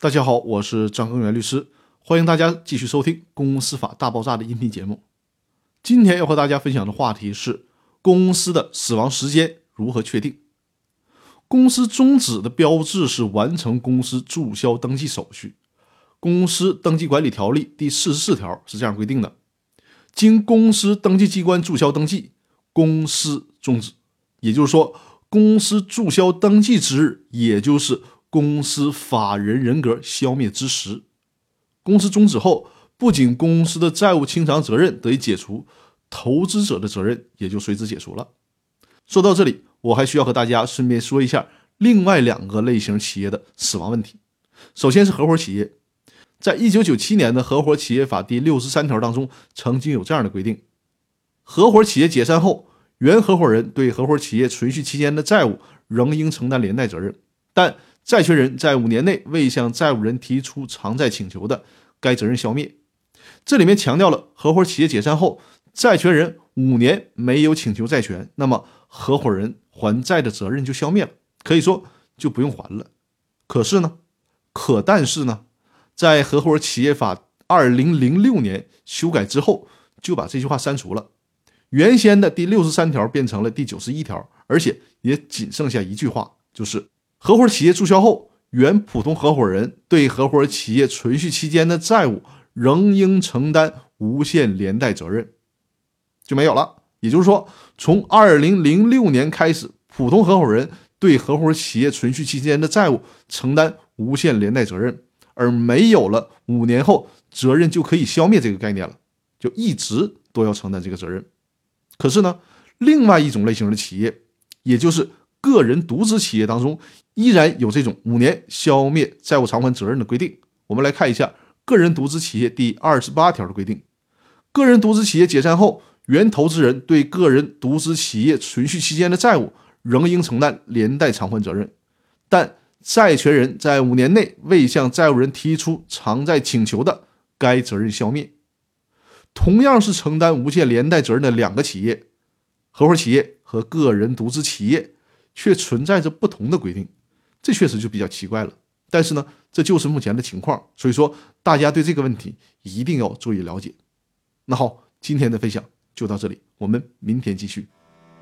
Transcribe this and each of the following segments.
大家好，我是张根源律师，欢迎大家继续收听《公司法大爆炸》的音频节目。今天要和大家分享的话题是公司的死亡时间如何确定。公司终止的标志是完成公司注销登记手续。公司登记管理条例第44条是这样规定的：经公司登记机关注销登记，公司终止。也就是说，公司注销登记之日，也就是公司法人人格消灭之时。公司终止后，不仅公司的债务清偿责任得以解除，投资者的责任也就随之解除了。说到这里，我还需要和大家顺便说一下另外两个类型企业的死亡问题。首先是合伙企业，在1997年的合伙企业法第63条当中，曾经有这样的规定：合伙企业解散后，原合伙人对合伙企业存续期间的债务仍应承担连带责任，但债权人在5年内未向债务人提出偿债请求的，该责任消灭。这里面强调了合伙企业解散后，债权人5年没有请求债权，那么合伙人还债的责任就消灭了，可以说就不用还了。但是呢，在合伙企业法2006年修改之后，就把这句话删除了。原先的第63条变成了第91条，而且也仅剩下一句话，就是合伙企业注销后，原普通合伙人对合伙企业存续期间的债务仍应承担无限连带责任，就没有了。也就是说，从2006年开始，普通合伙人对合伙企业存续期间的债务承担无限连带责任，而没有了5年后责任就可以消灭这个概念了，就一直都要承担这个责任。可是呢，另外一种类型的企业，也就是个人独资企业当中，依然有这种5年消灭债务偿还责任的规定。我们来看一下个人独资企业第28条的规定：个人独资企业解散后，原投资人对个人独资企业存续期间的债务仍应承担连带偿还责任，但债权人在5年内未向债务人提出偿债请求的，该责任消灭。同样是承担无限连带责任的两个企业，合伙企业和个人独资企业，却存在着不同的规定，这确实就比较奇怪了。但是呢，这就是目前的情况，所以说大家对这个问题一定要注意了解。那好，今天的分享就到这里，我们明天继续。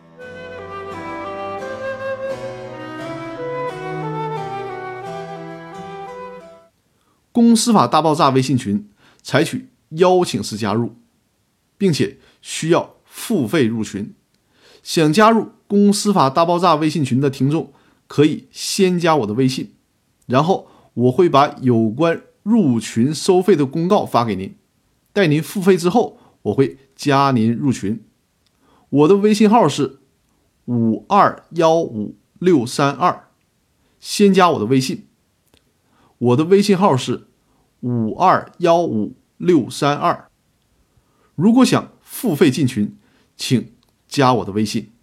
公司法大爆炸微信群采取邀请式加入，并且需要付费入群。想加入公司法大爆炸微信群的听众，可以先加我的微信，然后我会把有关入群收费的公告发给您，待您付费之后，我会加您入群。我的微信号是5215632，先加我的微信。我的微信号是5215632。如果想付费进群，请加我的微信。